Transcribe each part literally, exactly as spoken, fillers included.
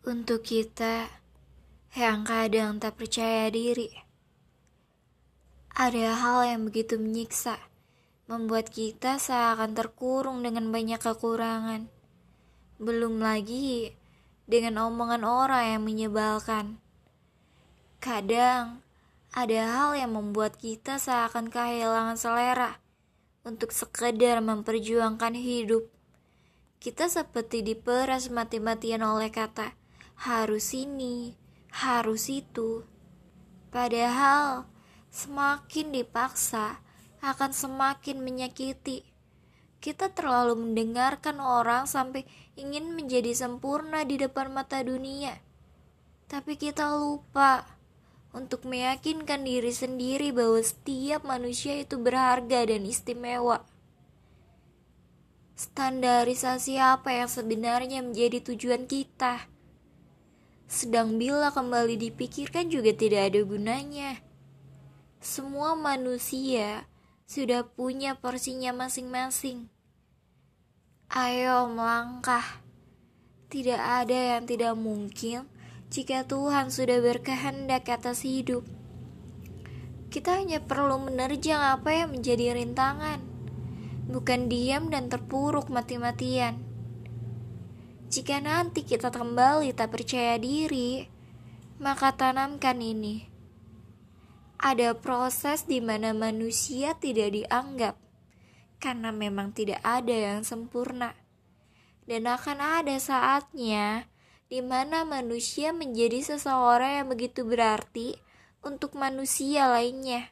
Untuk kita yang kadang tak percaya diri, ada hal yang begitu menyiksa, membuat kita seakan terkurung dengan banyak kekurangan. Belum lagi dengan omongan orang yang menyebalkan. Kadang ada hal yang membuat kita seakan kehilangan selera untuk sekedar memperjuangkan hidup. Kita seperti diperas mati-matian oleh kata harus ini, harus itu. Padahal semakin dipaksa akan semakin menyakiti. Kita terlalu mendengarkan orang sampai ingin menjadi sempurna di depan mata dunia. Tapi kita lupa untuk meyakinkan diri sendiri bahwa setiap manusia itu berharga dan istimewa. Standarisasi apa yang sebenarnya menjadi tujuan kita? Sedang bila kembali dipikirkan juga tidak ada gunanya. Semua manusia sudah punya porsinya masing-masing. Ayo melangkah. Tidak ada yang tidak mungkin jika Tuhan sudah berkehendak atas hidup. Kita hanya perlu menerjang apa yang menjadi rintangan, bukan diam dan terpuruk mati-matian. Jika nanti kita kembali tak percaya diri, maka tanamkan ini. Ada proses di mana manusia tidak dianggap, karena memang tidak ada yang sempurna. Dan akan ada saatnya di mana manusia menjadi seseorang yang begitu berarti untuk manusia lainnya.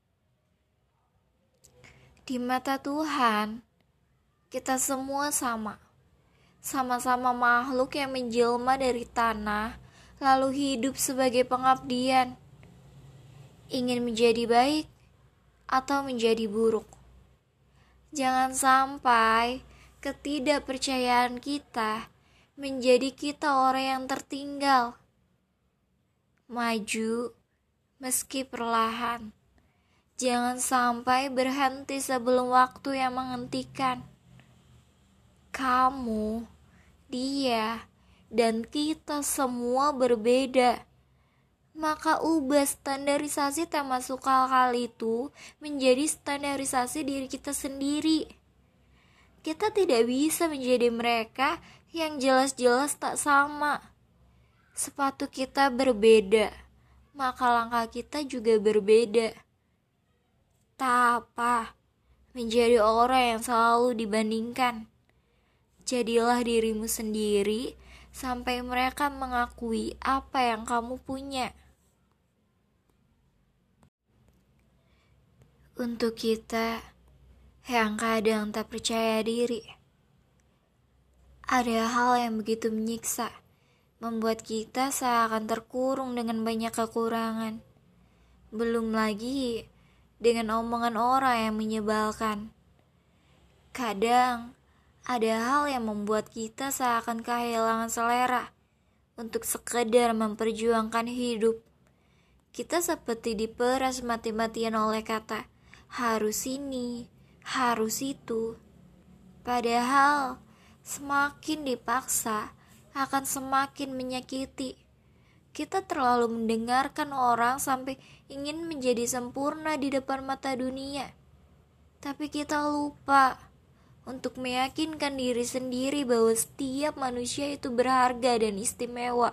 Di mata Tuhan, kita semua sama. Sama-sama makhluk yang menjelma dari tanah, lalu hidup sebagai pengabdian. Ingin menjadi baik atau menjadi buruk. Jangan sampai ketidakpercayaan kita menjadi kita orang yang tertinggal. Maju meski perlahan. Jangan sampai berhenti sebelum waktu yang menghentikan. Kamu, dia, dan kita semua berbeda. Maka ubah standarisasi tak masuk akal itu menjadi standarisasi diri kita sendiri. Kita tidak bisa menjadi mereka yang jelas-jelas tak sama. Sepatu kita berbeda, maka langkah kita juga berbeda. Tak apa menjadi orang yang selalu dibandingkan. Jadilah dirimu sendiri sampai mereka mengakui apa yang kamu punya. Untuk kita yang kadang tak percaya diri, ada hal yang begitu menyiksa, membuat kita seakan terkurung dengan banyak kekurangan. Belum lagi dengan omongan orang yang menyebalkan. Kadang ada hal yang membuat kita seakan kehilangan selera untuk sekedar memperjuangkan hidup. Kita seperti diperas mati-matian oleh kata harus ini, harus itu. Padahal semakin dipaksa akan semakin menyakiti. Kita terlalu mendengarkan orang sampai ingin menjadi sempurna di depan mata dunia. Tapi kita lupa untuk meyakinkan diri sendiri bahwa setiap manusia itu berharga dan istimewa.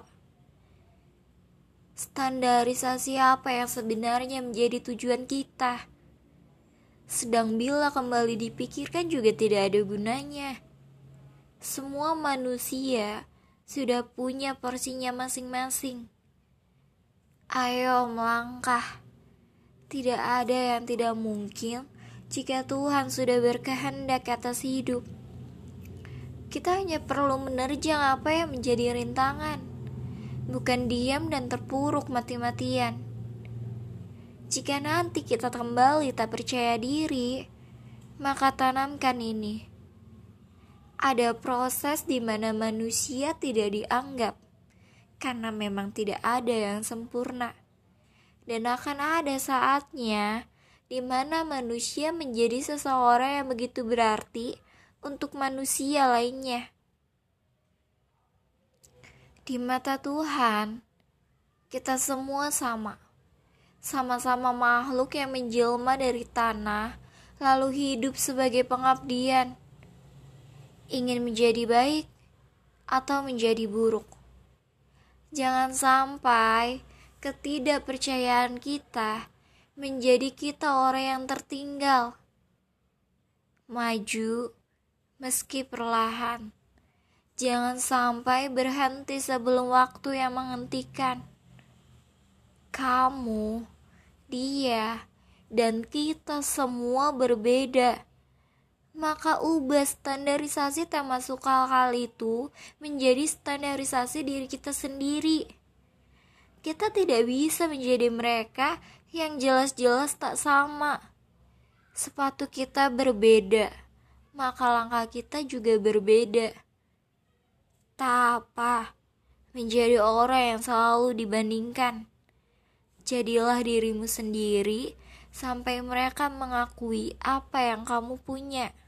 Standarisasi apa yang sebenarnya menjadi tujuan kita? Sedang bila kembali dipikirkan juga tidak ada gunanya. Semua manusia sudah punya porsinya masing-masing. Ayo melangkah. Tidak ada yang tidak mungkin jika Tuhan sudah berkehendak atas hidup. Kita hanya perlu menerjang apa yang menjadi rintangan, bukan diam dan terpuruk mati-matian. Jika nanti kita kembali tak percaya diri, maka tanamkan ini. Ada proses di mana manusia tidak dianggap, karena memang tidak ada yang sempurna. Dan akan ada saatnya di mana manusia menjadi seseorang yang begitu berarti untuk manusia lainnya. Di mata Tuhan, kita semua sama. Sama-sama makhluk yang menjelma dari tanah, lalu hidup sebagai pengabdian. Ingin menjadi baik atau menjadi buruk. Jangan sampai ketidakpercayaan kita menjadi kita orang yang tertinggal. Maju meski perlahan. Jangan sampai berhenti sebelum waktu yang menghentikan. Kamu, dia, dan kita semua berbeda. Maka ubah standarisasi tema masuk akal itu menjadi standarisasi diri kita sendiri. Kita tidak bisa menjadi mereka yang jelas-jelas tak sama. Sepatu kita berbeda, maka langkah kita juga berbeda. Tak apa menjadi orang yang selalu dibandingkan. Jadilah dirimu sendiri sampai mereka mengakui apa yang kamu punya.